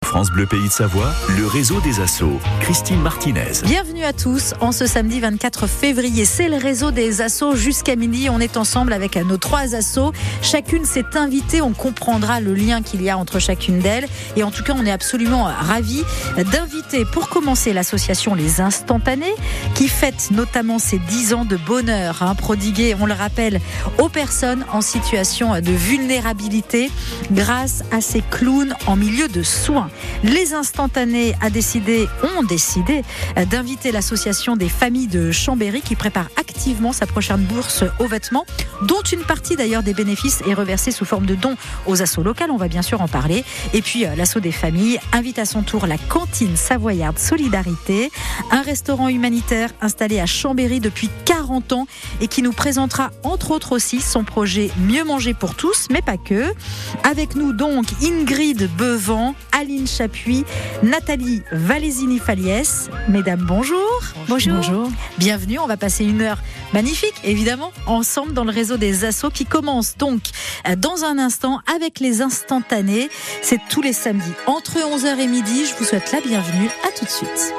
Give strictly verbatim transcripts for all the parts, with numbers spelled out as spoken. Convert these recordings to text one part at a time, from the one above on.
France Bleu Pays de Savoie, le réseau des assos. Christine Martinez. Bienvenue à tous en ce samedi vingt-quatre février. C'est le réseau des assos jusqu'à midi. On est ensemble avec nos trois assos. Chacune s'est invitée. On comprendra le lien qu'il y a entre chacune d'elles. Et en tout cas, on est absolument ravis d'inviter pour commencer l'association Les Instantanés qui fête notamment ses dix ans de bonheur hein, prodigué, on le rappelle, aux personnes en situation de vulnérabilité grâce à ces clowns en milieu de soins. Les Instantanés a décidé, ont décidé d'inviter l'association des familles de Chambéry qui prépare activement sa prochaine bourse aux vêtements, dont une partie d'ailleurs des bénéfices est reversée sous forme de dons aux assos locales, on va bien sûr en parler. Et puis l'asso des familles invite à son tour la cantine savoyarde Solidarité, un restaurant humanitaire installé à Chambéry depuis quarante ans et qui nous présentera entre autres aussi son projet Mieux manger pour tous, mais pas que. Avec nous donc Ingrid Bevan, Aline Chapuis, Nathalie Valésini-Faliès. Mesdames, bonjour. Bonjour. Bonjour. Bienvenue, on va passer une heure magnifique, évidemment, ensemble dans le réseau des assos qui commence donc dans un instant avec les instantanés. C'est tous les samedis entre onze heures et midi. Je vous souhaite la bienvenue. À tout de suite.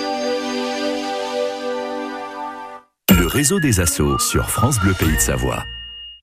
réseau des assos sur France Bleu Pays de Savoie.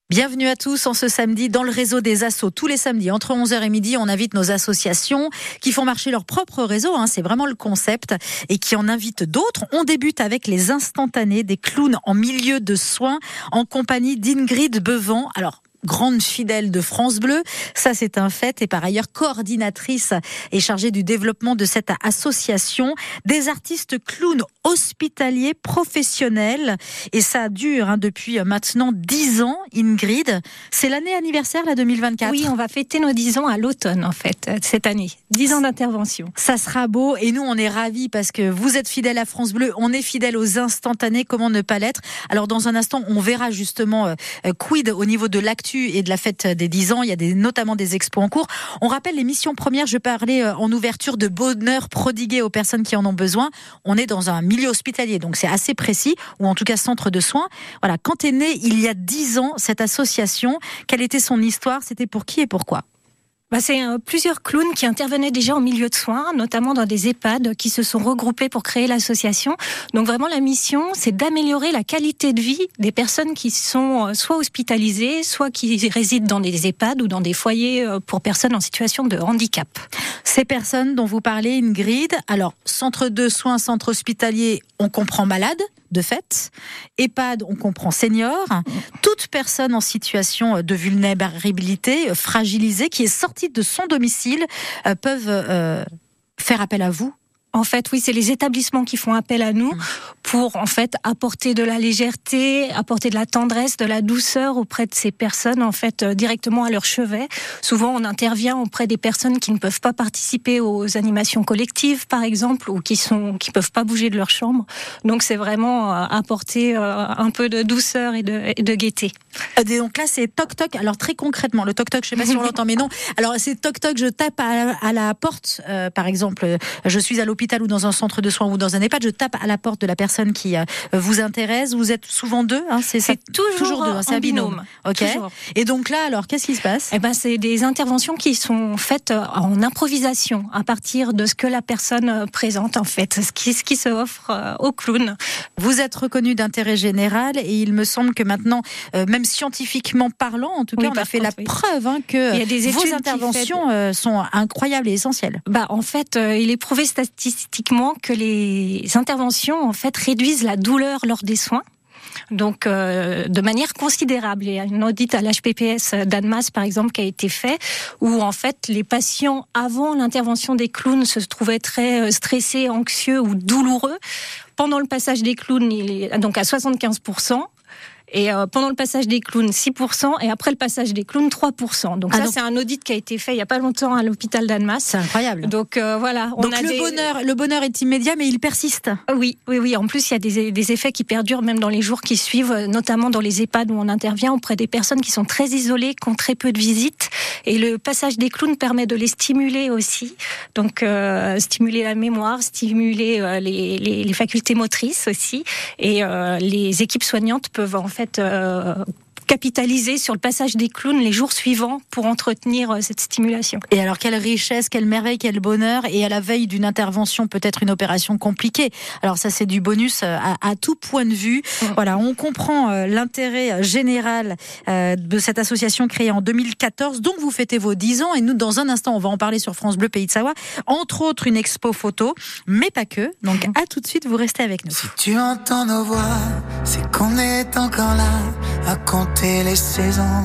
Bienvenue à tous en ce samedi dans le réseau des assos. Tous les samedis, entre onze heures et midi, on invite nos associations qui font marcher leur propre réseau, hein, c'est vraiment le concept, et qui en invitent d'autres. On débute avec les instantanés, des clowns en milieu de soins, en compagnie d'Ingrid Bevan. Alors, grande fidèle de France Bleu, ça c'est un fait, et par ailleurs coordinatrice et chargée du développement de cette association, des artistes clowns hospitaliers professionnels, et ça dure hein, depuis maintenant dix ans. Ingrid, c'est l'année anniversaire, la deux mille vingt-quatre. Oui, on va fêter nos dix ans à l'automne en fait, cette année, dix ans d'intervention. Ça sera beau, et nous on est ravis parce que vous êtes fidèles à France Bleu, on est fidèles aux instantanés, comment ne pas l'être. Alors dans un instant, on verra justement euh, quid au niveau de l'actu et de la fête des dix ans. Il y a des, notamment des expos en cours. On rappelle les missions premières. Je parlais en ouverture de bonheur prodigué aux personnes qui en ont besoin. On est dans un milieu hospitalier, donc c'est assez précis, ou en tout cas centre de soins. Voilà. Quand est née il y a dix ans cette association, quelle était son histoire? C'était pour qui et pourquoi? Bah c'est euh, plusieurs clowns qui intervenaient déjà en milieu de soins, notamment dans des EHPAD, qui se sont regroupés pour créer l'association. Donc vraiment la mission, c'est d'améliorer la qualité de vie des personnes qui sont soit hospitalisées, soit qui résident dans des EHPAD ou dans des foyers pour personnes en situation de handicap. Ces personnes dont vous parlez, Ingrid, alors centre de soins, centre hospitalier, on comprend malade, de fait. EHPAD, on comprend senior. Toute personne en situation de vulnérabilité, fragilisée, qui est sortie de son domicile, euh, peuvent euh, faire appel à vous. En fait, oui, c'est les établissements qui font appel à nous pour, en fait, apporter de la légèreté, apporter de la tendresse, de la douceur auprès de ces personnes, en fait, directement à leur chevet. Souvent, on intervient auprès des personnes qui ne peuvent pas participer aux animations collectives, par exemple, ou qui sont, qui peuvent pas bouger de leur chambre. Donc, c'est vraiment euh, apporter euh, un peu de douceur et de, et de gaieté. Et donc là, c'est toc-toc. Alors, très concrètement, le toc-toc, je sais pas si on l'entend, mais non. Alors, c'est toc-toc, je tape à la, à la porte, euh, par exemple, je suis à l'hôpital ou dans un centre de soins ou dans un EHPAD, je tape à la porte de la personne qui euh, vous intéresse. Vous êtes souvent deux, hein, c'est, c'est ça, toujours, toujours deux, hein, c'est un binôme. binôme. Ok. Toujours. Et donc là, alors, qu'est-ce qui se passe? Eh ben, c'est des interventions qui sont faites en improvisation, à partir de ce que la personne présente, en fait, ce qui, ce qui se offre au clown. Vous êtes reconnu d'intérêt général, et il me semble que maintenant, euh, même scientifiquement parlant, en tout cas, oui, on a fait contre, la oui. preuve hein, que il y a des vos interventions fait... sont incroyables et essentielles. Bah, en fait, euh, il est prouvé statistiquement que les interventions, en fait, réduisent la douleur lors des soins. Donc, euh, de manière considérable. Il y a une audit à l'H P P S d'Annemasse, par exemple, qui a été fait, où, en fait, les patients, avant l'intervention des clowns, se trouvaient très stressés, anxieux ou douloureux. Pendant le passage des clowns, il est donc à soixante-quinze pour cent. Et euh, pendant le passage des clowns, six pour cent, et après le passage des clowns, trois pour cent. Donc ah ça, donc... c'est un audit qui a été fait il y a pas longtemps à l'hôpital d'Annemasse. C'est incroyable. Donc euh, voilà. On donc a le des... bonheur, le bonheur est immédiat, mais il persiste. Oui, oui, oui. En plus, il y a des, des effets qui perdurent même dans les jours qui suivent, notamment dans les EHPAD où on intervient auprès des personnes qui sont très isolées, qui ont très peu de visites. Et le passage des clowns permet de les stimuler aussi. Donc euh, stimuler la mémoire, stimuler euh, les, les, les facultés motrices aussi. Et euh, les équipes soignantes peuvent en fait fait euh, capitaliser sur le passage des clowns les jours suivants pour entretenir euh, cette stimulation. Et alors, quelle richesse, quelle merveille, quel bonheur, et à la veille d'une intervention, peut-être une opération compliquée. Alors ça, c'est du bonus à, à tout point de vue. Mmh. Voilà, on comprend euh, l'intérêt général euh, de cette association créée en deux mille quatorze, donc vous fêtez vos dix ans, et nous, dans un instant, on va en parler sur France Bleu Pays de Savoie, entre autres une expo photo, mais pas que. Donc mmh. à tout de suite, vous restez avec nous. Si tu entends nos voix, c'est qu'on est encore là à compter les saisons.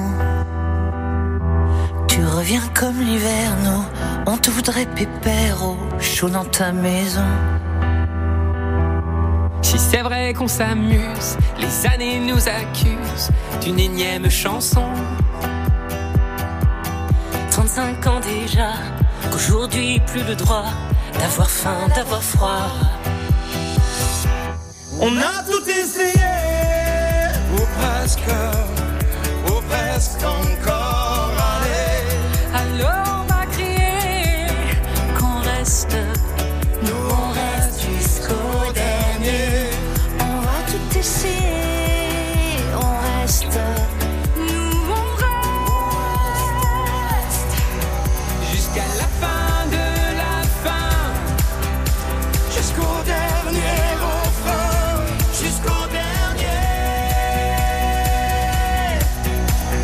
Tu reviens comme l'hiver, nous, on te voudrait pépère au chaud dans ta maison. Si c'est vrai qu'on s'amuse, les années nous accusent d'une énième chanson. trente-cinq ans déjà, qu'aujourd'hui plus le droit d'avoir faim, d'avoir froid. On a tout essayé, ou presque, ou presque encore. Allez, alors on va crier qu'on reste, nous on reste jusqu'au dernier. On va tout essayer, on reste, nous on reste jusqu'à la fin de la fin, jusqu'au dernier refrain, jusqu'au dernier.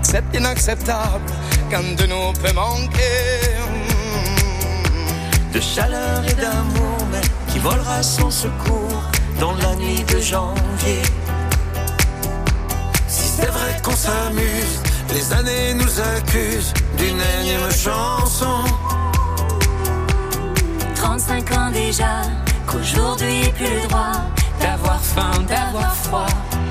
c'est inacceptable qu'un de nous peut manquer. De chaleur et d'amour, mais qui volera sans secours dans la nuit de janvier. Si c'est vrai qu'on s'amuse, les années nous accusent d'une énième chanson. Trente-cinq ans déjà, qu'aujourd'hui plus le droit d'avoir faim, d'avoir froid.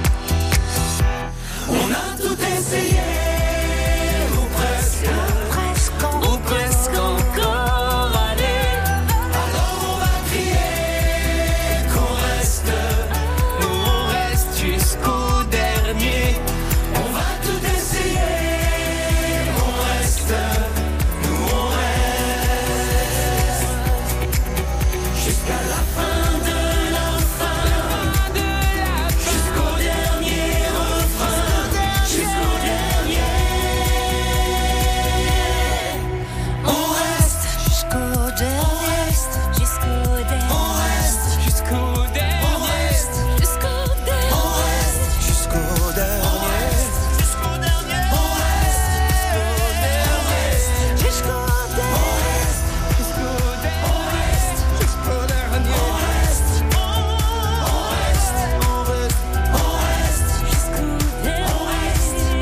On a tout essayé, ou presque, presque, ou presque encore. Allez, alors on va crier qu'on reste, nous on reste jusqu'au dernier. On va tout essayer, on reste, nous on reste, jusqu'à la fin de la fin, jusqu'au dernier refrain. Jusqu'au dernier, on reste jusqu'au dernier, jusqu'au dernier, on reste jusqu'au dernier, on reste jusqu'au dernier, on reste jusqu'au dernier, jusqu'au dernier, on reste jusqu'au dernier, jusqu'au dernier, jusqu'au dernier, on reste, on reste, on reste, on reste jusqu'au dernier,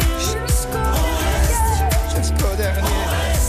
jusqu'au dernier,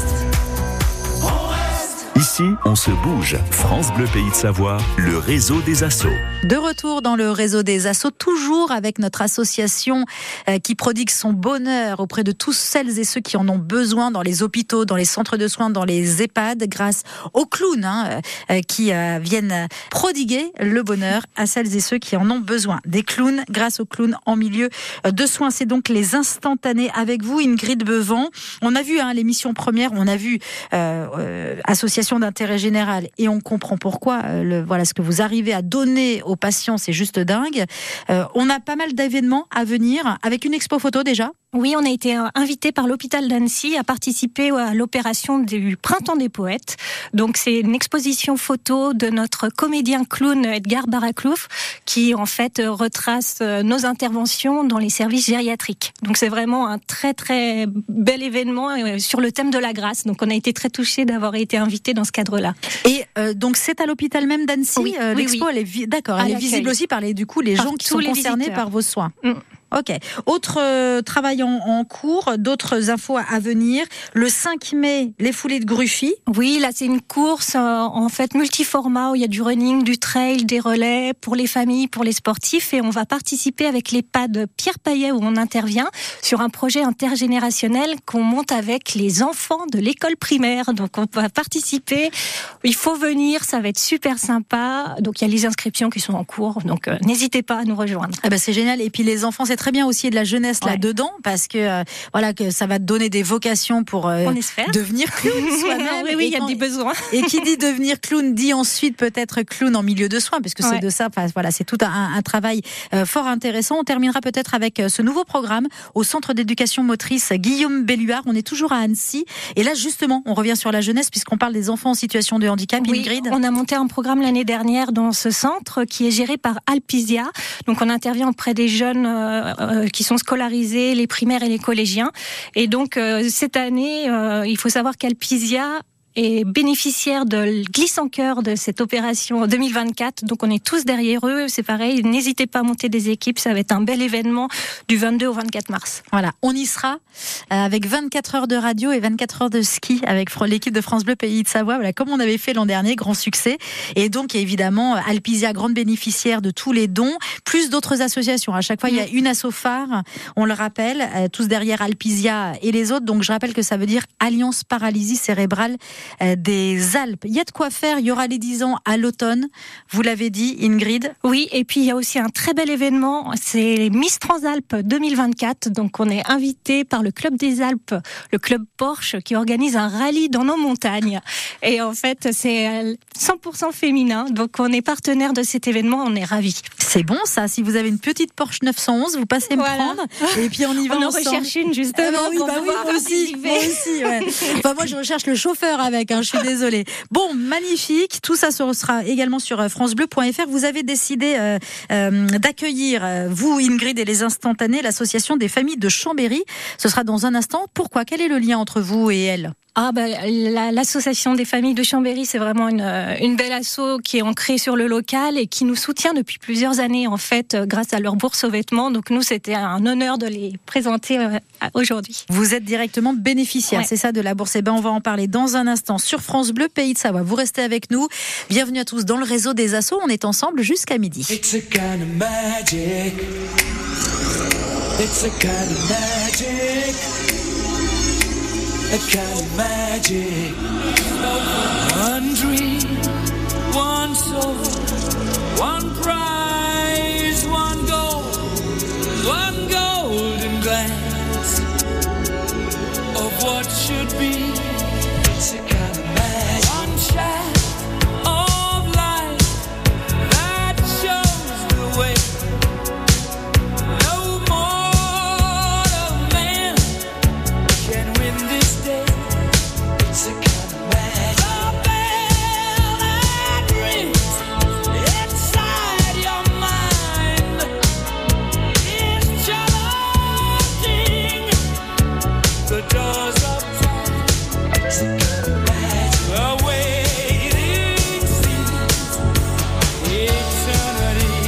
on reste. Ici, on se bouge. France Bleu Pays de Savoie, le réseau des assos. De retour dans le réseau des assos, toujours avec notre association euh, qui prodigue son bonheur auprès de tous celles et ceux qui en ont besoin dans les hôpitaux, dans les centres de soins, dans les EHPAD, grâce aux clowns hein, euh, qui euh, viennent prodiguer le bonheur à celles et ceux qui en ont besoin. Des clowns, grâce aux clowns en milieu de soins. C'est donc les instantanés avec vous, Ingrid Bevan. On a vu hein, l'émission première, on a vu euh, euh, association d'intérêt général et on comprend pourquoi. Euh, le, voilà ce que vous arrivez à donner aux patients, c'est juste dingue. Euh, on a pas mal d'événements à venir avec une expo photo déjà. Oui, on a été invité par l'hôpital d'Annecy à participer à l'opération du Printemps des Poètes. Donc c'est une exposition photo de notre comédien clown Edgar Baraclouf qui en fait retrace nos interventions dans les services gériatriques. Donc c'est vraiment un très très bel événement sur le thème de la grâce. Donc on a été très touchés d'avoir été invités dans ce cadre-là. Et euh, donc c'est à l'hôpital même d'Annecy. Oui, euh, oui, l'expo, oui. elle est vi- d'accord, elle est visible aussi par les du coup les par gens qui tous sont les concernés visiteurs. par vos soins. Mm. Ok. Autre euh, travail en, en cours, d'autres infos à venir. Le cinq mai, les foulées de Gruffy. Oui, là c'est une course euh, en fait multiformat où il y a du running, du trail, des relais pour les familles, pour les sportifs et on va participer avec l'EHPAD Pierre Payet où on intervient sur un projet intergénérationnel qu'on monte avec les enfants de l'école primaire. Donc on va participer, il faut venir, ça va être super sympa. Donc il y a les inscriptions qui sont en cours, donc euh, n'hésitez pas à nous rejoindre. Ah ben c'est génial. Et puis les enfants, c'est très bien aussi et de la jeunesse Ouais. là-dedans parce que euh, voilà que ça va te donner des vocations pour euh, On espère. devenir clown soi-même. oui, oui, Et il y a quand- des besoins. Et qui dit devenir clown dit ensuite peut-être clown en milieu de soins, puisque Ouais. c'est de ça. Enfin, voilà, c'est tout un, un travail euh, fort intéressant. On terminera peut-être avec euh, ce nouveau programme au Centre d'éducation motrice Guillaume Belluard. On est toujours à Annecy. Et là, justement, on revient sur la jeunesse puisqu'on parle des enfants en situation de handicap. Oui, Ingrid. on a monté un programme l'année dernière dans ce centre qui est géré par Alpisia. Donc on intervient auprès des jeunes euh, euh, qui sont scolarisés, les primaires et les collégiens. Et donc euh, cette année, euh, il faut savoir qu'Alpisia est bénéficiaire de Glisse en cœur de cette opération deux mille vingt-quatre. Donc on est tous derrière eux, c'est pareil. N'hésitez pas à monter des équipes, ça va être un bel événement du vingt-deux au vingt-quatre mars. Voilà, on y sera euh, avec vingt-quatre heures de radio et vingt-quatre heures de ski avec fr- l'équipe de France Bleu Pays de Savoie. Voilà, comme on avait fait l'an dernier, grand succès. Et donc évidemment, Alpisia, grande bénéficiaire de tous les dons, plus d'autres associations. À chaque fois, il y a une asso phare, on le rappelle, euh, tous derrière Alpisia et les autres. Donc je rappelle que ça veut dire Alliance Paralysie Cérébrale euh, des Alpes. Il y a de quoi faire, il y aura les dix ans à l'automne, vous l'avez dit Ingrid. Oui, et puis il y a aussi un très bel événement, c'est Miss Transalpes deux mille vingt-quatre. Donc on est invité par le Club des Alpes, le Club Porsche, qui organise un rallye dans nos montagnes. Et en fait, c'est cent pour cent féminin. Donc on est partenaire de cet événement, on est ravis. C'est bon ça, si vous avez une petite Porsche neuf cent onze, vous passez me Voilà. prendre et puis on y va On en ensemble. recherche une justement Ah bah oui, pour bah oui, pouvoir moi aussi, participer. moi aussi, ouais. Enfin, moi, je recherche le chauffeur avec, hein, je suis désolée. Bon, magnifique. Tout ça sera également sur francebleu point f r. Vous avez décidé euh, euh, d'accueillir, euh, vous Ingrid et les Instantanés, l'association des familles de Chambéry. Ce sera dans un instant. Pourquoi ? Quel est le lien entre vous et elle ? Ah bah, la, l'association des familles de Chambéry, c'est vraiment une, une belle asso qui est ancrée sur le local et qui nous soutient depuis plusieurs années en fait grâce à leur bourse aux vêtements. Donc nous, c'était un honneur de les présenter euh, aujourd'hui. Vous êtes directement bénéficiaire, ouais. C'est ça, de la bourse. Eh ben, on va en parler dans un instant sur France Bleu, Pays de Savoie. Vous restez avec nous. Bienvenue à tous dans le réseau des assos. On est ensemble jusqu'à midi. It's a kind of magic. It's a kind of magic. A kind of magic. One dream, one soul, one prize, one goal, one golden glance of what should be. It's a kind of magic. One shaft of light that shows the way. No mortal man can win this day. It's a kind of magic. A bell that rings inside your mind is challenging the doors of time. It's a kind of magic. The waiting seems eternity.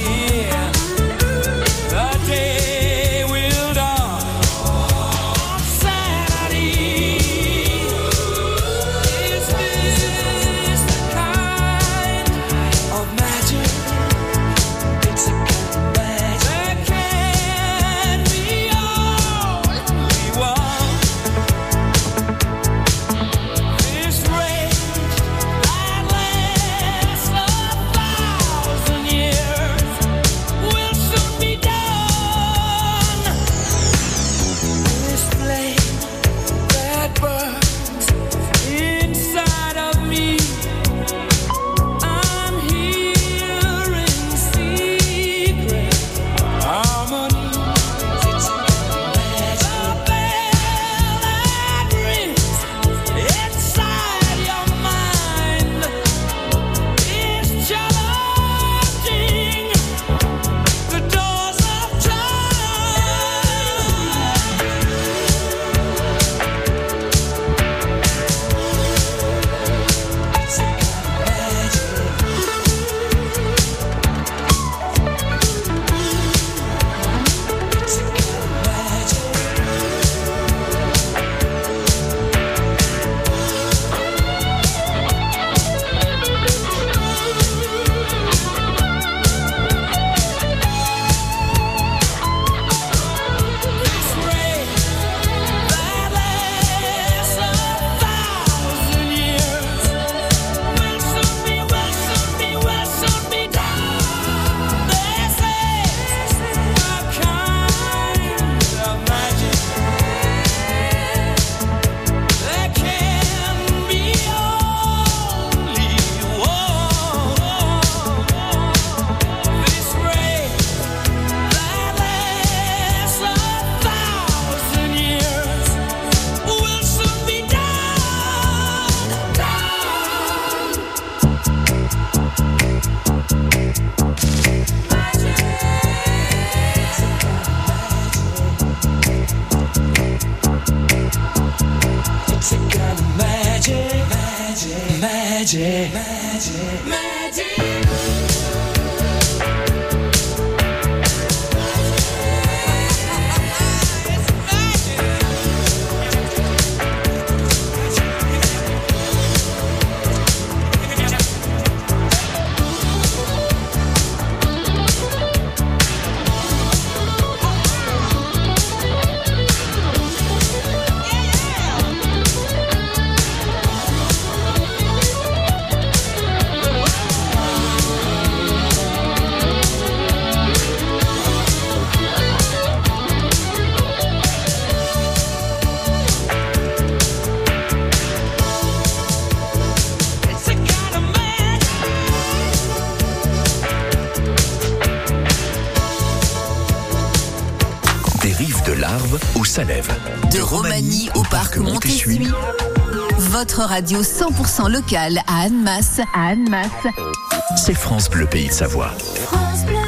The day will dawn on Saturday. Is this the kind of magic? It's a kind of magic. That can be all we want. This rage that lasts a thousand years will soon be done. This flame that burns inside of me, I'm hearing secret harmonies. It's a kind of magic. The bell that rings inside your mind is challenging the doors of time. It's a kind of magic. It's a kind of magic. This ray that lasts a thousand years will soon be, will soon be, will soon be done. This is a kind of magic. There can be only one. This ray that lasts a thousand years will soon be done. It's a kind of magic, magic, magic, magic, magic. Arves ou Salève. De Romagny au parc Montessuie. Votre radio cent pour cent locale à Annemasse. À Annemasse. C'est France Bleu Pays de Savoie. France Bleu.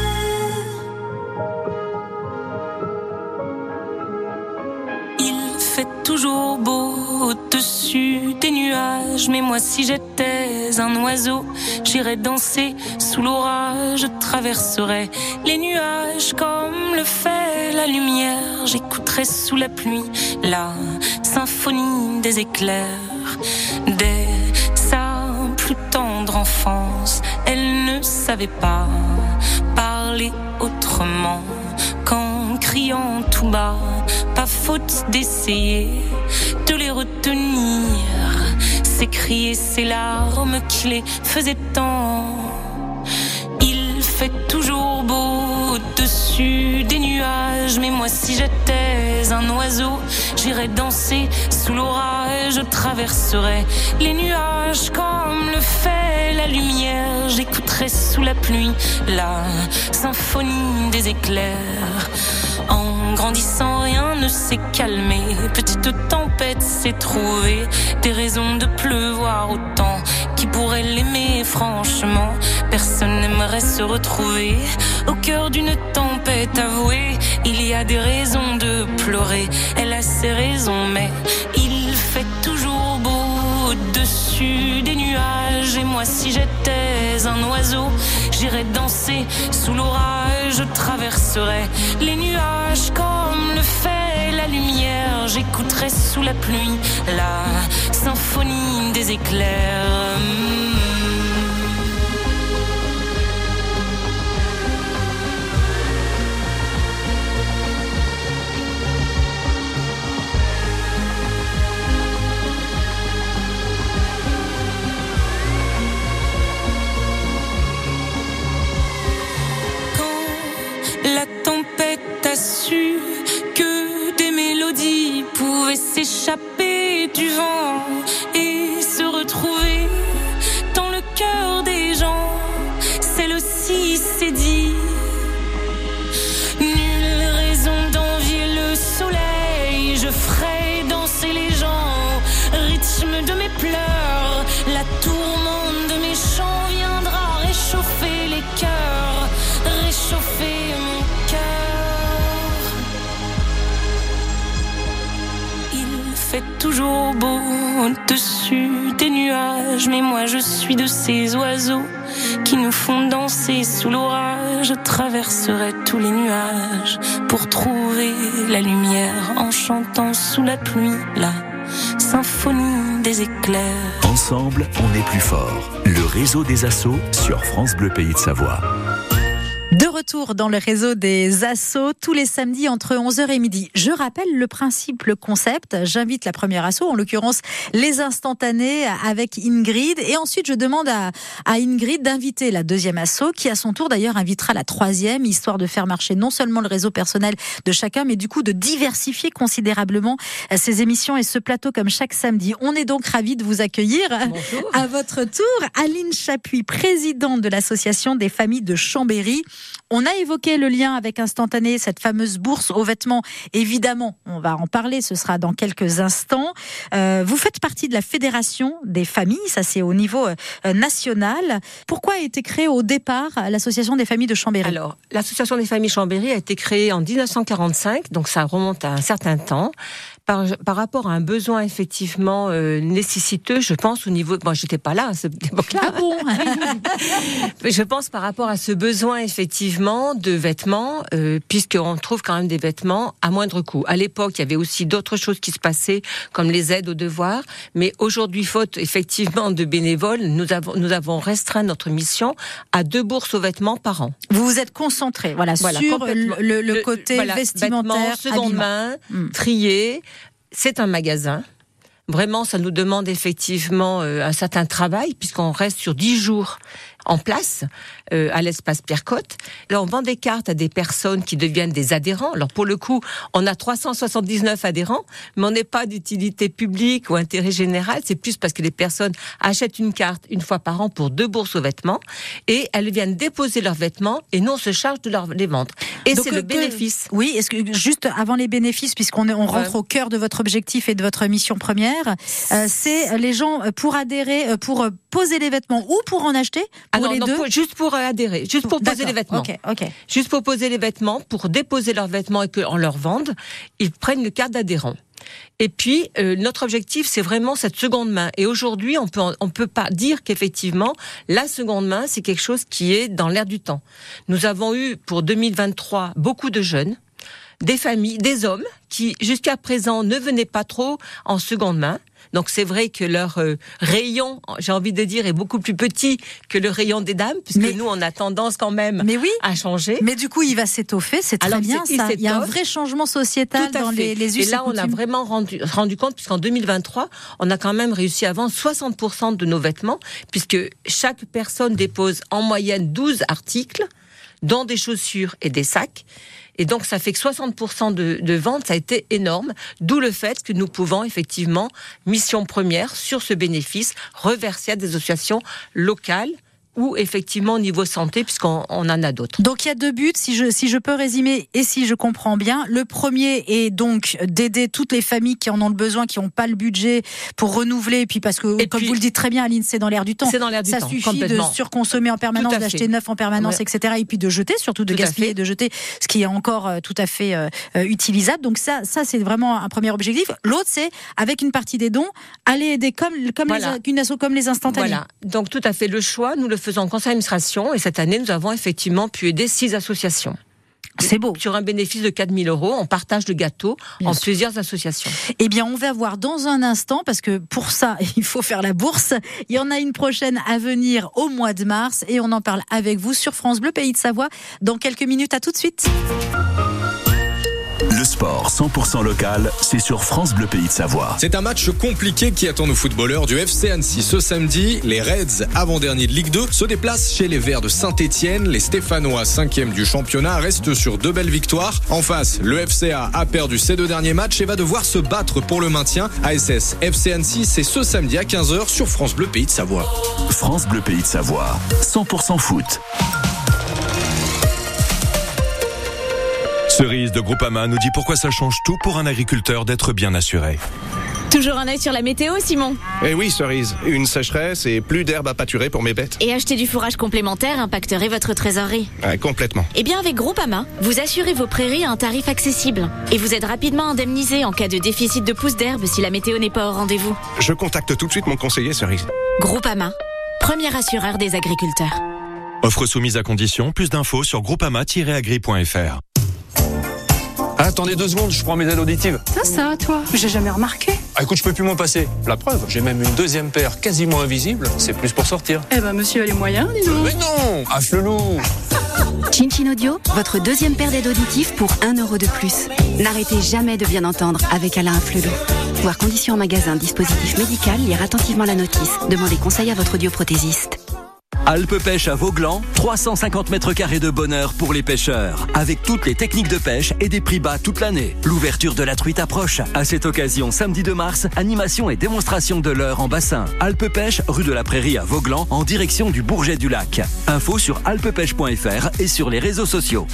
Il fait toujours beau au-dessus des nuages, mais moi si j'étais un oiseau, j'irais danser sous l'orage, je traverserais les nuages comme le fait la lumière, j'écouterais sous la pluie la symphonie des éclairs. Dès sa plus tendre enfance, elle ne savait pas parler autrement qu'en criant tout bas. Pas faute d'essayer de les retenir, ces cris et ces larmes qui les faisaient tant. Il fait toujours beau au-dessus des nuages, mais moi si j'étais un oiseau, j'irais danser sous l'orage, je traverserais les nuages comme le fait la lumière, j'écouterais sous la pluie la symphonie des éclairs. En grandissant, rien ne s'est calmé. Petite tempête s'est trouvée, des raisons de pleuvoir autant. Qui pourrait l'aimer, franchement? Personne n'aimerait se retrouver au cœur d'une tempête avouée. Il y a des raisons de pleurer, elle a ses raisons, mais il fait toujours beau au-dessus des nuages. Et moi si j'étais un oiseau, j'irais danser sous l'orage, je traverserais les nuages comme le fait la lumière, j'écouterais sous la pluie la symphonie des éclairs. La tempête a su que des mélodies pouvaient s'échapper du vent et se retrouver dans le cœur des gens. Celle aussi s'est dit, nulle raison d'envier le soleil, je ferai danser les gens, rythme de mes pleurs, la tourmente de mes chants viendra réchauffer les cœurs, réchauffer mon cœur. Il fait toujours beau au-dessus des nuages, mais moi je suis de ces oiseaux qui nous font danser sous l'orage. Je traverserai tous les nuages pour trouver la lumière en chantant sous la pluie la symphonie des éclairs. Ensemble, on est plus fort. Le réseau des assos sur France Bleu Pays de Savoie. De retour dans le réseau des assos tous les samedis entre onze heures et midi. Je rappelle le principe, le concept. J'invite la première asso, en l'occurrence les instantanés avec Ingrid. Et ensuite, je demande à, à Ingrid d'inviter la deuxième asso qui, à son tour d'ailleurs, invitera la troisième, histoire de faire marcher non seulement le réseau personnel de chacun, mais du coup de diversifier considérablement ces émissions et ce plateau comme chaque samedi. On est donc ravis de vous accueillir. Bonjour. À votre tour. Aline Chapuis, présidente de l'association des familles de Chambéry. On a évoqué le lien avec Instantané, cette fameuse bourse aux vêtements. Évidemment, on va en parler, ce sera dans quelques instants. Euh, vous faites partie de la Fédération des familles, ça c'est au niveau euh, national. Pourquoi a été créée au départ l'Association des familles de Chambéry ? Alors, l'Association des familles Chambéry a été créée en dix-neuf cent quarante-cinq, donc ça remonte à un certain temps. Par, par rapport à un besoin effectivement euh, nécessiteux, je pense au niveau... Bon, j'étais pas là à cette époque-là. Ah bon ? Je pense par rapport à ce besoin effectivement de vêtements, euh, puisqu'on trouve quand même des vêtements à moindre coût. À l'époque, il y avait aussi d'autres choses qui se passaient, comme les aides aux devoirs. Mais aujourd'hui, faute effectivement de bénévoles, nous avons, nous avons restreint notre mission à deux bourses aux vêtements par an. Vous vous êtes concentré voilà, voilà, sur le, le, le côté le, voilà, vestimentaire, vêtements, seconde main, mmh. triés. C'est un magasin. Vraiment, ça nous demande effectivement euh, un certain travail, puisqu'on reste sur dix jours. en place euh, à l'espace Pierre-Côte. Là, on vend des cartes à des personnes qui deviennent des adhérents. Alors pour le coup, on a trois cent soixante-dix-neuf adhérents, mais on n'est pas d'utilité publique ou intérêt général. C'est plus parce que les personnes achètent une carte une fois par an pour deux bourses aux vêtements et elles viennent déposer leurs vêtements et nous on se charge de leur, les vendre. Et donc, c'est le bénéfice. Que, oui, est-ce que juste avant les bénéfices, puisqu'on on rentre ouais. au cœur de votre objectif et de votre mission première, euh, c'est les gens pour adhérer, pour poser les vêtements ou pour en acheter pour ah non, les non, deux pour, juste pour adhérer, juste pour poser les vêtements. Okay, okay. Juste pour poser les vêtements, pour déposer leurs vêtements et qu'on leur vende, ils prennent une carte d'adhérent. Et puis, euh, notre objectif, c'est vraiment cette seconde main. Et aujourd'hui, on peut, on peut pas dire qu'effectivement, la seconde main, c'est quelque chose qui est dans l'air du temps. Nous avons eu, pour deux mille vingt-trois, beaucoup de jeunes, des familles, des hommes, qui, jusqu'à présent, ne venaient pas trop en seconde main. Donc c'est vrai que leur euh, rayon, j'ai envie de dire, est beaucoup plus petit que le rayon des dames, puisque mais, nous, on a tendance quand même mais oui, à changer. Mais du coup, il va s'étoffer, c'est très Alors, bien c'est, ça. Il, il y a un vrai changement sociétal dans les, les us et là, on a vraiment rendu, rendu compte, puisqu'en deux mille vingt-trois, on a quand même réussi à vendre soixante pour cent de nos vêtements, puisque chaque personne dépose en moyenne douze articles, dont des chaussures et des sacs. Et donc, ça fait que soixante pour cent de, de ventes, ça a été énorme. D'où le fait que nous pouvons effectivement, mission première, sur ce bénéfice, reverser à des associations locales ou effectivement au niveau santé, puisqu'on on en a d'autres. Donc il y a deux buts, si je, si je peux résumer et si je comprends bien. Le premier est donc d'aider toutes les familles qui en ont le besoin, qui n'ont pas le budget pour renouveler, et puis parce que, et comme puis, vous le dites très bien, Aline, c'est dans l'air du temps. C'est dans l'air du ça temps, suffit de surconsommer en permanence, d'acheter neuf en permanence, ouais. et cetera. Et puis de jeter, surtout de tout gaspiller, de jeter, ce qui est encore euh, tout à fait euh, utilisable. Donc ça, ça c'est vraiment un premier objectif. L'autre, c'est, avec une partie des dons, aller aider comme, comme voilà. les, une asso comme les instantanés. Voilà, donc tout à fait le choix, nous le faisons en conseil d'administration, et cette année, nous avons effectivement pu aider six associations. C'est beau. Sur un bénéfice de quatre mille euros, on partage le gâteau bien en sûr. Plusieurs associations. Eh bien, on va voir dans un instant, parce que pour ça, il faut faire la bourse. Il y en a une prochaine à venir au mois de mars, et on en parle avec vous sur France Bleu, Pays de Savoie, dans quelques minutes. À tout de suite. Le sport cent pour cent local, c'est sur France Bleu Pays de Savoie. C'est un match compliqué qui attend nos footballeurs du F C Annecy ce samedi. Les Reds, avant-dernier de Ligue deux, se déplacent chez les Verts de Saint-Étienne. Les Stéphanois, cinquième du championnat, restent sur deux belles victoires. En face, le F C A a perdu ses deux derniers matchs et va devoir se battre pour le maintien. A S S F C Annecy, c'est ce samedi à quinze heures sur France Bleu Pays de Savoie. France Bleu Pays de Savoie, cent pour cent foot. Cerise de Groupama nous dit pourquoi ça change tout pour un agriculteur d'être bien assuré. Toujours un œil sur la météo, Simon. Eh oui, Cerise. Une sécheresse et plus d'herbe à pâturer pour mes bêtes. Et acheter du fourrage complémentaire impacterait votre trésorerie. Ouais, complètement. Eh bien, avec Groupama, vous assurez vos prairies à un tarif accessible. Et vous êtes rapidement indemnisé en cas de déficit de pousses d'herbe si la météo n'est pas au rendez-vous. Je contacte tout de suite mon conseiller, Cerise. Groupama, premier assureur des agriculteurs. Offre soumise à condition. Plus d'infos sur groupama tiret agri point f r. Attendez deux secondes, je prends mes aides auditives. Ça, ça, toi, j'ai jamais remarqué. Ah, écoute, je peux plus m'en passer. La preuve, j'ai même une deuxième paire quasiment invisible. C'est plus pour sortir. Eh ben, monsieur a les moyens, dis donc. Mais non, à chelou. Chin Audio, votre deuxième paire d'aides auditives pour un euro de plus. N'arrêtez jamais de bien entendre avec Alain Flelou. Voir conditions en magasin, dispositif médical, lire attentivement la notice. Demandez conseil à votre audioprothésiste. Alpe Pêche à Vauglan, trois cent cinquante mètres carrés de bonheur pour les pêcheurs. Avec toutes les techniques de pêche et des prix bas toute l'année. L'ouverture de la truite approche. À cette occasion, samedi deux mars, animation et démonstration de leurre en bassin. Alpe Pêche, rue de la Prairie à Vauglan, en direction du Bourget du Lac. Info sur alpepêche point f r et sur les réseaux sociaux.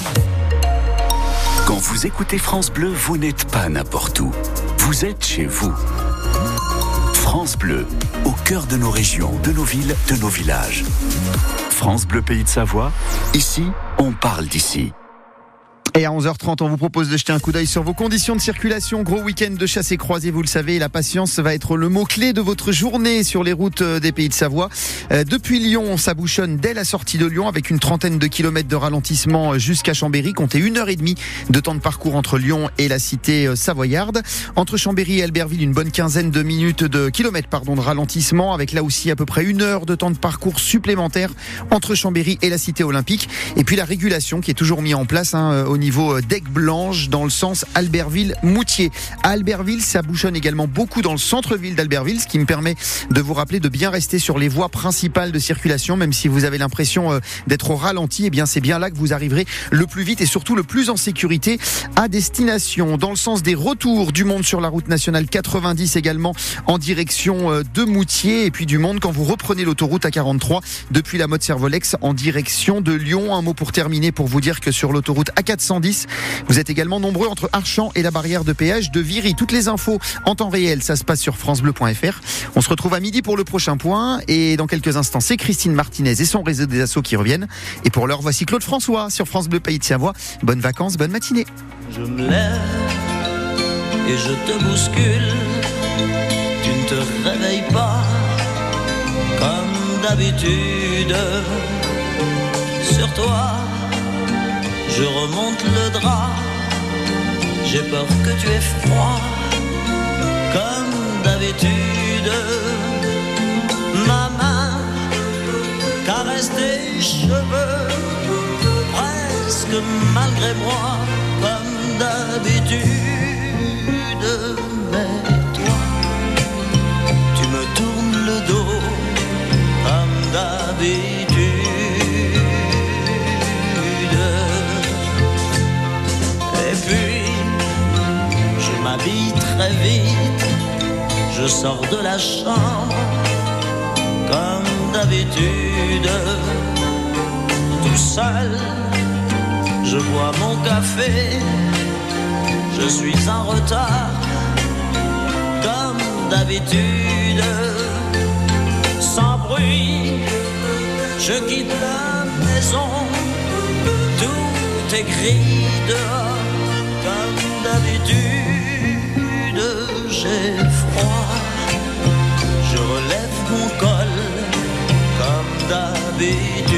Quand vous écoutez France Bleu, vous n'êtes pas n'importe où. Vous êtes chez vous. France Bleu, au cœur de nos régions, de nos villes, de nos villages. France Bleu Pays de Savoie, ici, on parle d'ici. Et à onze heures trente, on vous propose de jeter un coup d'œil sur vos conditions de circulation. Gros week-end de chasse et croisée, vous le savez. La patience va être le mot-clé de votre journée sur les routes des Pays de Savoie. Euh, depuis Lyon, ça bouchonne dès la sortie de Lyon avec une trentaine de kilomètres de ralentissement jusqu'à Chambéry. Comptez une heure et demie de temps de parcours entre Lyon et la cité savoyarde. Entre Chambéry et Albertville, une bonne quinzaine de minutes de kilomètres pardon, de ralentissement avec là aussi à peu près une heure de temps de parcours supplémentaire entre Chambéry et la cité olympique. Et puis la régulation qui est toujours mise en place hein, au niveau niveau d'Aigues-Blanches dans le sens Albertville-Moutier. À Albertville, ça bouchonne également beaucoup dans le centre-ville d'Albertville, ce qui me permet de vous rappeler de bien rester sur les voies principales de circulation, même si vous avez l'impression d'être au ralenti, eh bien c'est bien là que vous arriverez le plus vite et surtout le plus en sécurité à destination. Dans le sens des retours, du monde sur la route nationale quatre-vingt-dix également en direction de Moutier, et puis du monde quand vous reprenez l'autoroute A quarante-trois depuis la Motte-Servolex en direction de Lyon. Un mot pour terminer pour vous dire que sur l'autoroute A quatre cent dix, vous êtes également nombreux entre Archamps et la barrière de péage de Viry. Toutes les infos en temps réel, ça se passe sur francebleu point f r. On se retrouve à midi pour le prochain point et dans quelques instants, c'est Christine Martinez et son réseau des assos qui reviennent. Et pour l'heure, voici Claude François sur France Bleu Pays de Savoie. Bonnes vacances, bonne matinée. Je me lève et je te bouscule. Tu ne te réveilles pas comme d'habitude. Sur toi, je remonte le drap. J'ai peur que tu aies froid comme d'habitude. Ma main caresse tes cheveux presque malgré moi comme d'habitude. Mais toi, tu me tournes le dos comme d'habitude. Et puis, je m'habille très vite, je sors de la chambre comme d'habitude. Tout seul, je bois mon café, je suis en retard comme d'habitude. Sans bruit, je quitte la maison, tout est gris dehors comme d'habitude. J'ai froid, je relève mon col comme d'habitude.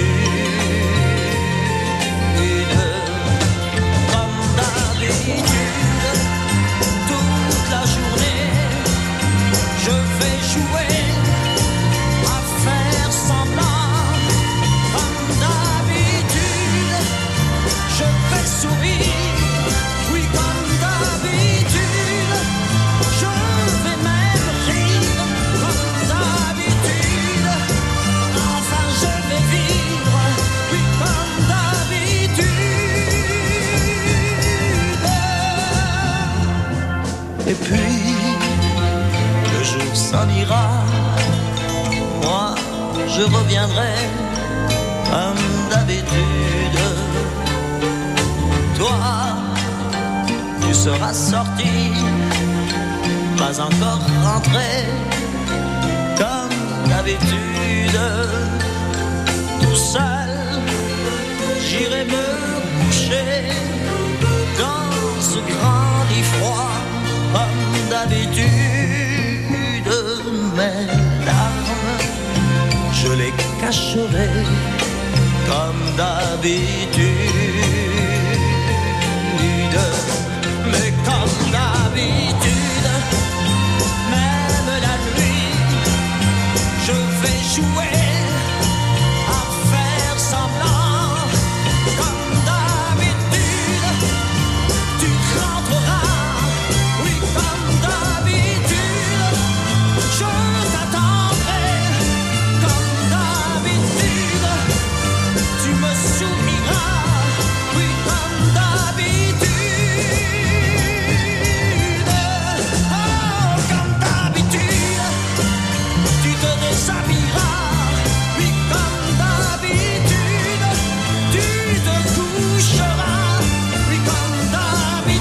Toute la journée, je vais jouer à faire semblant. Comme d'habitude, je vais sourire. Oui, comme d'habitude, je vais même rire. Comme d'habitude, enfin je vais vivre. Oui, comme d'habitude. Et puis, le jour s'en ira, moi je reviendrai comme d'habitude. Toi, tu seras sorti, pas encore rentré comme d'habitude. Tout seul, j'irai me coucher dans ce grand lit froid. Comme d'habitude, mes larmes, je les cacherai comme d'habitude. Mais comme d'habitude, même la nuit, je vais jouer à faire semblant. Comme d'habitude, tu rentreras. Comme d'habitude, je t'attendrai. Comme d'habitude, tu me souriras. Oui, comme d'habitude. Oh, comme d'habitude, tu te déshabilleras. Oui, comme d'habitude, tu te coucheras. Oui, comme d'habitude.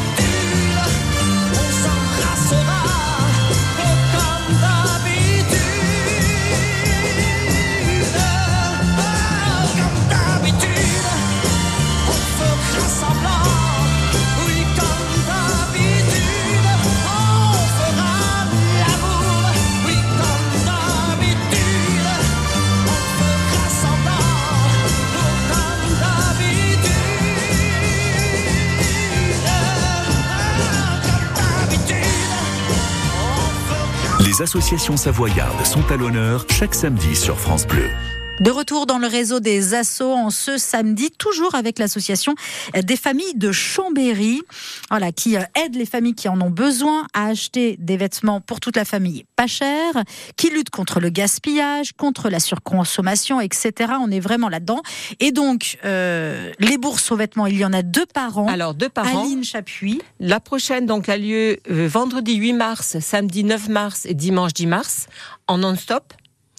Les associations savoyardes sont à l'honneur chaque samedi sur France Bleu. De retour dans le réseau des assos en ce samedi, toujours avec l'association des familles de Chambéry, voilà, qui aide les familles qui en ont besoin à acheter des vêtements pour toute la famille pas cher, qui lutte contre le gaspillage, contre la surconsommation, et cetera. On est vraiment là-dedans. Et donc, euh, les bourses aux vêtements, il y en a deux par an. Alors, deux par an. Aline Chapuis. La prochaine donc a lieu euh, vendredi huit mars, samedi neuf mars et dimanche dix mars, en non-stop.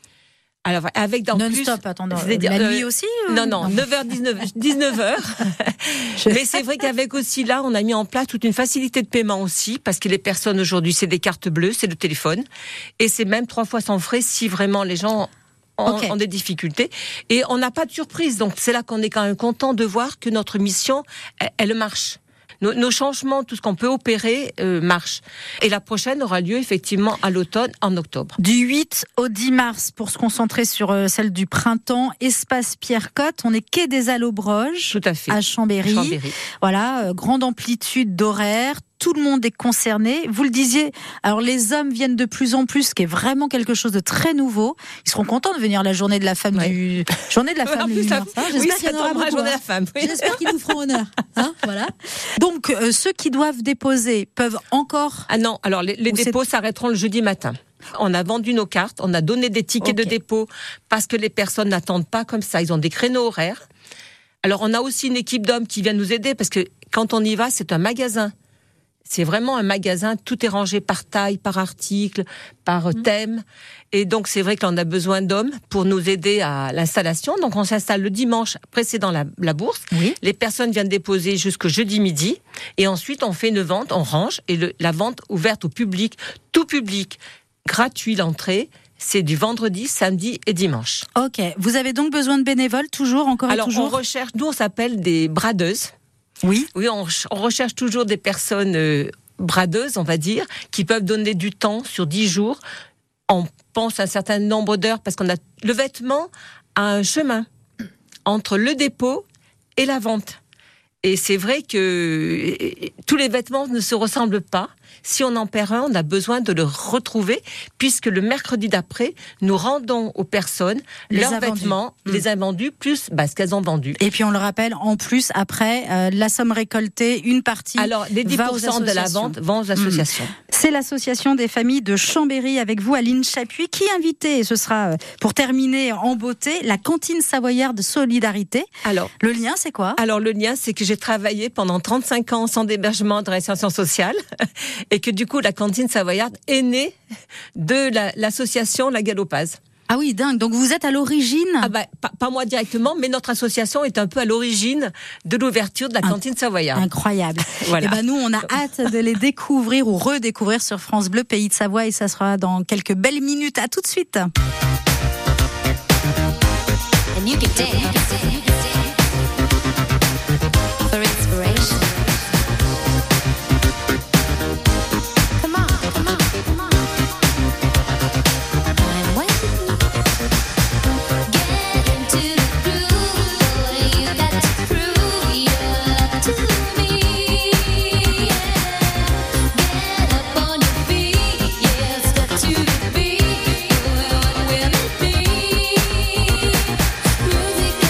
Alors, avec dans non-stop, plus, attends, la nuit aussi euh, Non, non, neuf heures, dix-neuf heures. Je... Mais c'est vrai qu'avec aussi là, on a mis en place toute une facilité de paiement aussi, parce que les personnes aujourd'hui, c'est des cartes bleues, c'est le téléphone, et c'est même trois fois sans frais si vraiment les gens ont, okay. ont des difficultés. Et on n'a pas de surprise, donc c'est là qu'on est quand même content de voir que notre mission, elle, elle marche. Nos, nos changements, tout ce qu'on peut opérer, euh, marche. Et la prochaine aura lieu effectivement à l'automne, en octobre. Du huit au dix mars, pour se concentrer sur euh, celle du printemps, espace Pierre-Cotte, on est quai des Allobroges, tout à fait, à Chambéry. Chambéry. Voilà, euh, grande amplitude d'horaires. Tout le monde est concerné. Vous le disiez, alors les hommes viennent de plus en plus, ce qui est vraiment quelque chose de très nouveau. Ils seront contents de venir la journée de la femme ouais. du journée de la femme. Plus, ça... J'espère oui, qu'il y en aura beaucoup. Journée de la femme. Oui. J'espère qu'ils nous feront honneur. Hein, voilà. Donc euh, ceux qui doivent déposer peuvent encore. Ah non, alors les, les dépôts c'est... s'arrêteront le jeudi matin. On a vendu nos cartes, on a donné des tickets okay. de dépôt parce que les personnes n'attendent pas comme ça. Ils ont des créneaux horaires. Alors on a aussi une équipe d'hommes qui vient nous aider parce que quand on y va, c'est un magasin. C'est vraiment un magasin, tout est rangé par taille, par article, par mmh. thème. Et donc, c'est vrai qu'on a besoin d'hommes pour nous aider à l'installation. Donc, on s'installe le dimanche précédant la, la bourse. Oui. Les personnes viennent déposer jusqu'au jeudi midi. Et ensuite, on fait une vente, on range. Et le, la vente ouverte au public, tout public, gratuit l'entrée. C'est du vendredi, samedi et dimanche. Ok. Vous avez donc besoin de bénévoles, toujours, encore Alors, et toujours ? Alors, on recherche, nous, on s'appelle des bradeuses. Oui. Oui, on, on recherche toujours des personnes euh, bradeuses, on va dire, qui peuvent donner du temps sur dix jours. On pense à un certain nombre d'heures parce qu'on a le vêtement a un chemin entre le dépôt et la vente. Et c'est vrai que tous les vêtements ne se ressemblent pas. Si on en perd un, on a besoin de le retrouver, puisque le mercredi d'après, nous rendons aux personnes les leurs vêtements, mmh. les invendus, plus bah, ce qu'elles ont vendu. Et puis on le rappelle, en plus, après, euh, la somme récoltée, une partie Alors, les dix pour cent va aux de la vente vont aux associations. Mmh. C'est l'association des familles de Chambéry avec vous, Aline Chapuis, qui invitée, et ce sera pour terminer en beauté, la cantine savoyarde de solidarité. Alors, le lien, c'est quoi ? Alors, le lien, c'est que j'ai travaillé pendant trente-cinq ans sans hébergement de réinsertion sociale et que du coup, la cantine savoyarde est née de la, l'association La Galopase. Ah oui, dingue. Donc vous êtes à l'origine ? Ah bah, pas, pas moi directement, mais notre association est un peu à l'origine de l'ouverture de la cantine savoyarde. Incroyable. Voilà. Et ben nous, on a hâte de les découvrir ou redécouvrir sur France Bleu, Pays de Savoie, et ça sera dans quelques belles minutes. À tout de suite. And you can dance. For inspiration. Music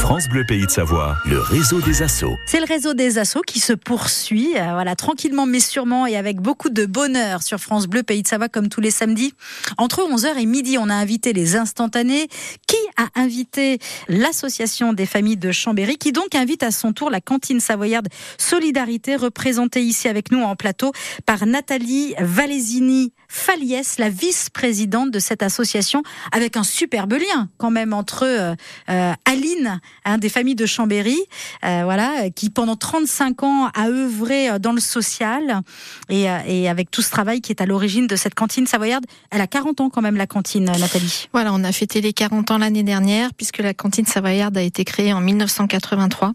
France Bleu Pays de Savoie, le réseau des assos. C'est le réseau des assos qui se poursuit, euh, voilà, tranquillement mais sûrement et avec beaucoup de bonheur sur France Bleu Pays de Savoie comme tous les samedis. Entre onze heures et midi, on a invité les instantanés. Qui a invité l'association des familles de Chambéry, qui donc invite à son tour la cantine savoyarde Solidarité, représentée ici avec nous en plateau par Nathalie Valesini-Faliès, la vice-présidente de cette association, avec un superbe lien quand même entre euh, euh, Aline, hein, des familles de Chambéry, euh, voilà, qui pendant trente-cinq ans a œuvré dans le social et, euh, et avec tout ce travail qui est à l'origine de cette cantine savoyarde. Elle a quarante ans quand même, la cantine, Nathalie. Voilà, on a fêté les quarante ans l'année dernière puisque la cantine savoyarde a été créée en mille neuf cent quatre-vingt-trois.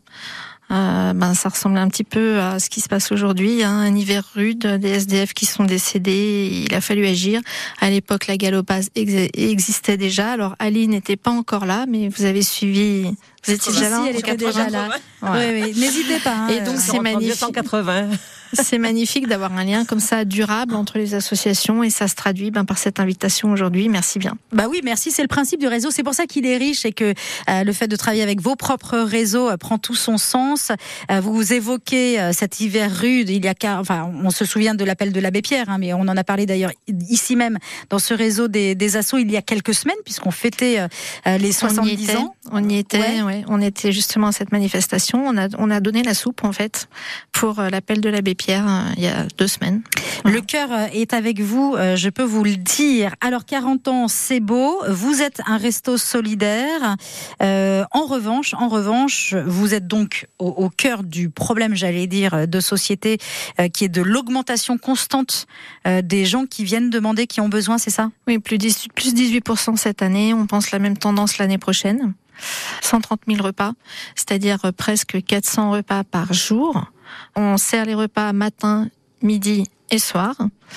Euh, ben, ça ressemble un petit peu à ce qui se passe aujourd'hui, hein, un hiver rude, des S D F qui sont décédés, il a fallu agir. À l'époque, la galopase ex- existait déjà. Alors, Aline n'était pas encore là, mais vous avez suivi... Vous étiez déjà là? Si, elle était déjà là. Ouais. Oui, oui. N'hésitez pas. Hein, et donc, c'est magnifique. mille neuf cent quatre-vingts. C'est magnifique d'avoir un lien comme ça durable entre les associations et ça se traduit ben, par cette invitation aujourd'hui. Merci bien. Bah oui, merci. C'est le principe du réseau. C'est pour ça qu'il est riche et que euh, le fait de travailler avec vos propres réseaux euh, prend tout son sens. Euh, vous évoquez euh, cet hiver rude. Il y a, enfin, on se souvient de l'appel de l'abbé Pierre, hein, mais on en a parlé d'ailleurs ici même dans ce réseau des, des assos il y a quelques semaines puisqu'on fêtait euh, les soixante-dix ans. On y était. Ouais. Ouais, on était justement à cette manifestation. On a, on a donné la soupe en fait pour euh, l'appel de l'abbé Pierre euh, il y a deux semaines. Voilà. Le cœur est avec vous, euh, je peux vous le dire. Alors quarante ans, c'est beau. Vous êtes un resto solidaire. Euh, en revanche, en revanche, vous êtes donc au, au cœur du problème, j'allais dire, de société, euh, qui est de l'augmentation constante euh, des gens qui viennent demander, qui ont besoin, c'est ça ? Oui, plus dix-huit pour cent cette année. On pense la même tendance l'année prochaine. cent trente mille repas, c'est-à-dire presque quatre cents repas par jour. On sert les repas matin, midi et soir,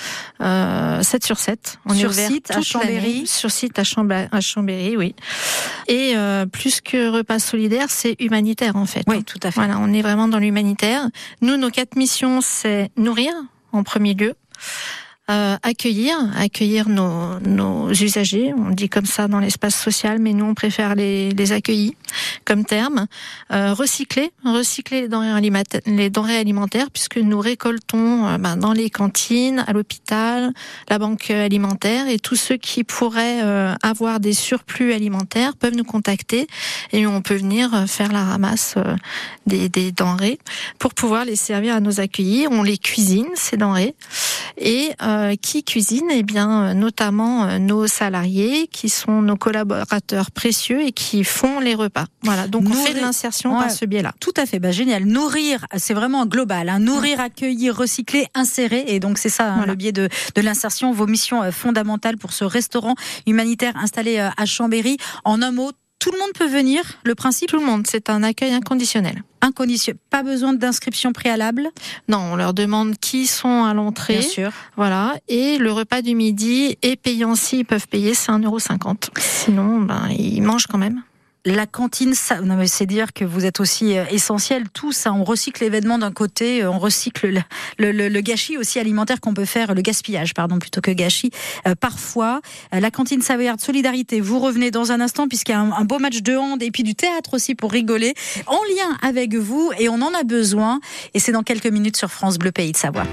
euh, sept sur sept. On sur est ouvert site à Chambéry. Sur site à, Chamba, à Chambéry, oui. Et euh, plus que repas solidaire, c'est humanitaire en fait. Oui, tout à fait. Voilà, on est vraiment dans l'humanitaire. Nous, nos quatre missions, c'est nourrir en premier lieu. Euh, accueillir, accueillir nos, nos usagers, on dit comme ça dans l'espace social, mais nous on préfère les, les accueillir comme terme. Euh, recycler, recycler les denrées alimentaires, les denrées alimentaires, puisque nous récoltons euh, ben, dans les cantines, à l'hôpital, la banque alimentaire, et tous ceux qui pourraient euh, avoir des surplus alimentaires peuvent nous contacter et on peut venir faire la ramasse euh, des, des denrées pour pouvoir les servir à nos accueillis. On les cuisine ces denrées et euh, qui cuisinent, eh bien, notamment nos salariés, qui sont nos collaborateurs précieux et qui font les repas. Voilà, donc Nourrir, on fait de l'insertion ouais, par ce biais-là. Tout à fait, bah, génial. Nourrir, c'est vraiment global. Hein. Nourrir, ouais. accueillir, recycler, insérer, et donc c'est ça hein, voilà. le biais de, de l'insertion, vos missions euh, fondamentales pour ce restaurant humanitaire installé euh, à Chambéry. En un mot, tout le monde peut venir, le principe ? Tout le monde, c'est un accueil inconditionnel. Inconditionnel. Pas besoin d'inscription préalable ? Non, on leur demande qui sont à l'entrée. Bien sûr. Voilà. Et le repas du midi est payant s'ils peuvent payer, c'est un euro cinquante. Sinon, ben, ils mangent quand même. La cantine, ça, non mais c'est dire que vous êtes aussi euh, essentiel. Tout ça, on recycle l'événement d'un côté, euh, on recycle le, le, le, le gâchis aussi alimentaire qu'on peut faire, le gaspillage, pardon, plutôt que gâchis. Euh, parfois, euh, la cantine savoyarde Solidarité, vous revenez dans un instant puisqu'il y a un, un beau match de hand et puis du théâtre aussi pour rigoler, en lien avec vous et on en a besoin. Et c'est dans quelques minutes sur France Bleu Pays de Savoie.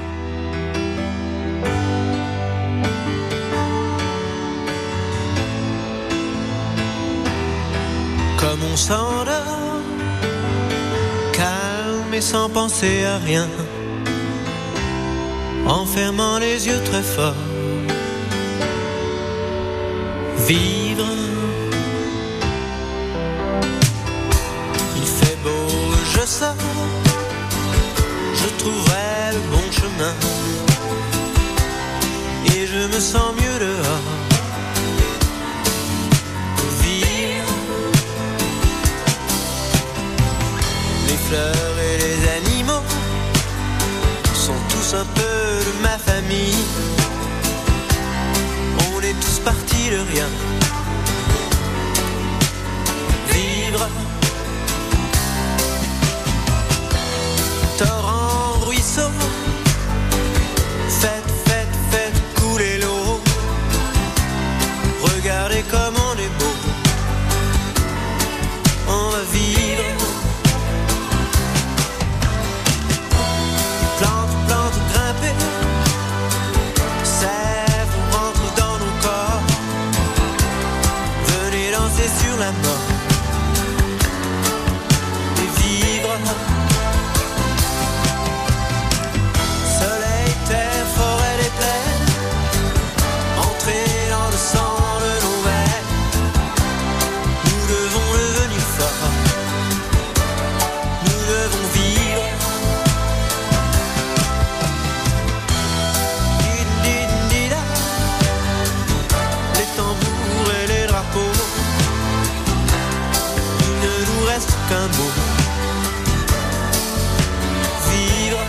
Comme on s'endort, calme et sans penser à rien, en fermant les yeux très fort. Vivre, il fait beau, je sors, je trouverai le bon chemin, et je me sens mieux dehors. Les fleurs et les animaux sont tous un peu de ma famille. On est tous partis de rien. Vivre, torrent, ruisseau, faites, faites, faites couler l'eau. Regardez comme on est beau. On va vivre. Soleil, terre, forêt, les plaines, entrer dans le sang de nos veines. Nous devons devenir forts, nous devons vivre. Din-din-di-da, les tambours et les drapeaux, il ne nous reste qu'un mot. Vivre.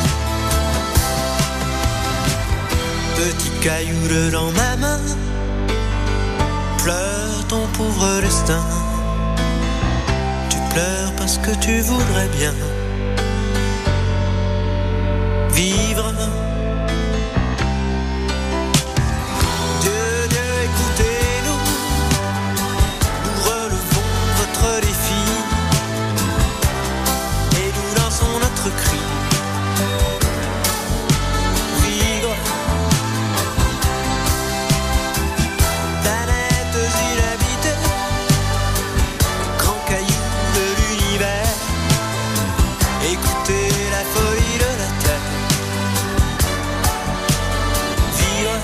Petit caillou dans ma main, pleure ton pauvre destin. Tu pleures parce que tu voudrais bien vivre. Dieu, Dieu, écoutez-nous, nous relevons votre défi et nous lançons notre cri. Vivre. Planètes inhabitées, grands cailloux de l'univers, écoutez la folie de la terre. Vivre.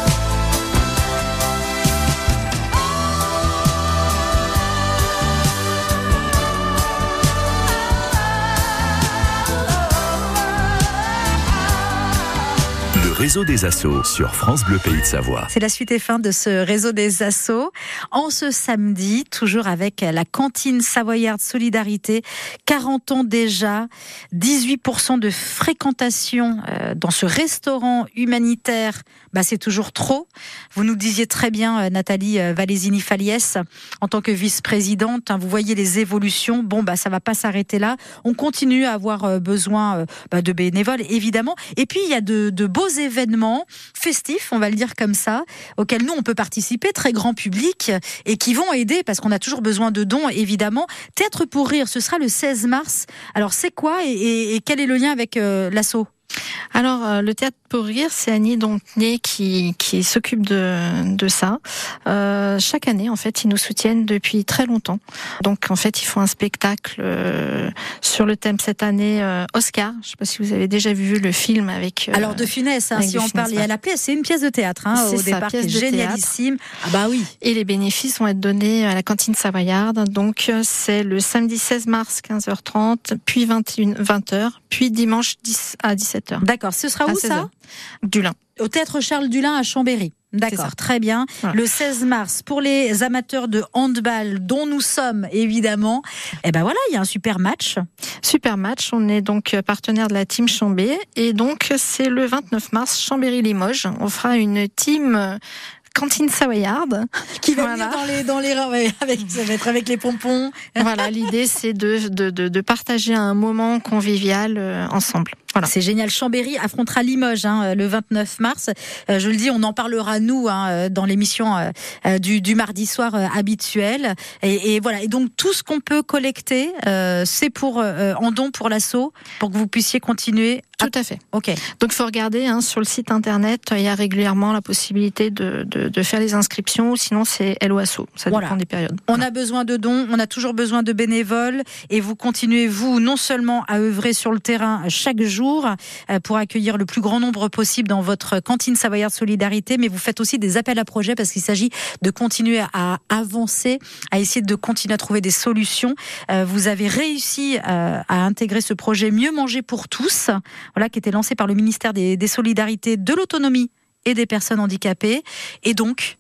Le réseau des assos sur France Bleu Pays de Savoie. C'est la suite et fin de ce réseau des assos. En ce samedi, toujours avec la cantine savoyarde Solidarité, quarante ans déjà, dix-huit pour cent de fréquentation euh, dans ce restaurant humanitaire. Bah, c'est toujours trop. Vous nous disiez très bien, euh, Nathalie euh, Valesini-Faliès, en tant que vice-présidente, hein, vous voyez les évolutions. Bon, bah, ça va pas s'arrêter là. On continue à avoir euh, besoin euh, bah, de bénévoles, évidemment. Et puis, il y a de, de beaux événements festifs, on va le dire comme ça, auxquels nous, on peut participer, très grand public, et qui vont aider, parce qu'on a toujours besoin de dons, évidemment. Théâtre pour rire, ce sera le seize mars. Alors, c'est quoi et, et, et quel est le lien avec euh, l'asso ? Alors, euh, le Théâtre pour rire, c'est Annie Dompnier qui, qui s'occupe de, de ça. Euh, chaque année, en fait, ils nous soutiennent depuis très longtemps. Donc, en fait, ils font un spectacle euh, sur le thème cette année euh, Oscar. Je ne sais pas si vous avez déjà vu le film avec... Euh, Alors, de Funès, hein, si on parle, il y a la pièce, c'est une pièce de théâtre, hein, au départ, qui est génialissime. Ah bah oui. Et les bénéfices vont être donnés à la cantine savoyarde. Donc, c'est le samedi seize mars, quinze heures trente, puis vingt et une, vingt heures, puis dimanche dix à dix-sept heures. D'accord, ce sera où ça ? Dulin. Au Théâtre Charles Dulin à Chambéry. D'accord, très bien. Voilà. Le seize mars, pour les amateurs de handball, dont nous sommes évidemment, et ben voilà, il y a un super match. Super match, on est donc partenaire de la team Chambé, et donc c'est le vingt-neuf mars, Chambéry-Limoges. On fera une team cantine savoyarde qui va voilà. venir dans les dans les ouais, avec ça va être avec les pompons. Voilà, l'idée c'est de, de de de partager un moment convivial euh, ensemble. Voilà. C'est génial. Chambéry affrontera Limoges hein, le vingt-neuf mars. Euh, je le dis, on en parlera nous hein, dans l'émission euh, du, du mardi soir euh, habituel. Et, et voilà. Et donc tout ce qu'on peut collecter, euh, c'est pour euh, en don pour l'asso, pour que vous puissiez continuer. Tout à fait. Ok. Donc il faut regarder hein, sur le site internet. Il y a régulièrement la possibilité de de, de faire les inscriptions. Ou sinon c'est Hello Asso. Ça voilà. dépend des périodes. On voilà. a besoin de dons. On a toujours besoin de bénévoles. Et vous continuez vous non seulement à œuvrer sur le terrain chaque jour pour accueillir le plus grand nombre possible dans votre cantine savoyarde Solidarité, mais vous faites aussi des appels à projets parce qu'il s'agit de continuer à avancer, à essayer de continuer à trouver des solutions. Vous avez réussi à intégrer ce projet Mieux manger pour tous, voilà, qui était lancé par le ministère des, des Solidarités, de l'Autonomie et des personnes handicapées. Et donc...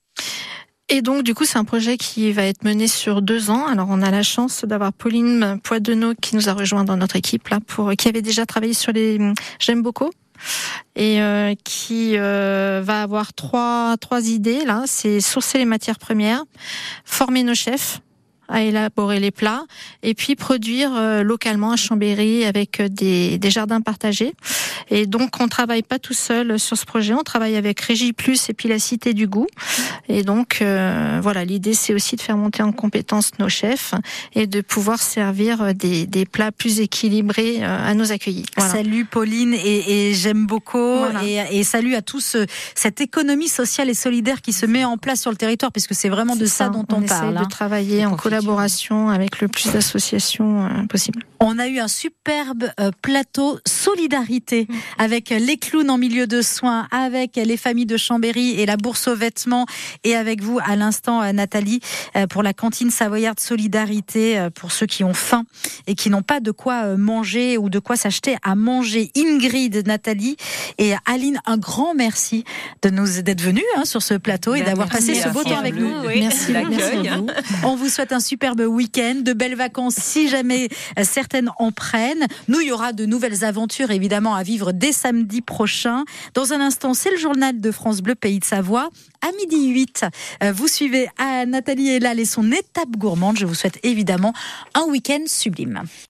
Et donc, du coup, c'est un projet qui va être mené sur deux ans. Alors, on a la chance d'avoir Pauline Poidenot qui nous a rejoint dans notre équipe, là, pour, qui avait déjà travaillé sur les J'aime beaucoup. Et euh, qui euh, va avoir trois, trois idées, là. C'est sourcer les matières premières, former nos chefs à élaborer les plats et puis produire euh, localement à Chambéry avec des, des jardins partagés. Et donc on travaille pas tout seul sur ce projet, on travaille avec Régie Plus et puis la Cité du Goût. Et donc euh, voilà, l'idée c'est aussi de faire monter en compétence nos chefs et de pouvoir servir des, des plats plus équilibrés euh, à nos accueillis. Voilà. Salut Pauline et, et j'aime beaucoup voilà. et, et salut à tous cette économie sociale et solidaire qui se met en place sur le territoire puisque c'est vraiment de ça, ça dont on, on parle. essaie hein. de travailler en collaboration collaboration avec le plus d'associations euh, possible. On a eu un superbe euh, plateau solidarité avec les clowns en milieu de soins, avec les familles de Chambéry et la bourse aux vêtements, et avec vous à l'instant euh, Nathalie euh, pour la cantine savoyarde solidarité euh, pour ceux qui ont faim et qui n'ont pas de quoi euh, manger ou de quoi s'acheter à manger. Ingrid, Nathalie et Aline, un grand merci de nous d'être venus hein, sur ce plateau et ben, d'avoir passé ce beau temps avec nous. Oui, merci, merci à vous. On vous souhaite un superbe week-end, de belles vacances si jamais euh, certaines en prennent. Nous, il y aura de nouvelles aventures évidemment à vivre dès samedi prochain. Dans un instant, c'est le journal de France Bleu Pays de Savoie. À midi huit, vous suivez à Nathalie Elal et son étape gourmande. Je vous souhaite évidemment un week-end sublime.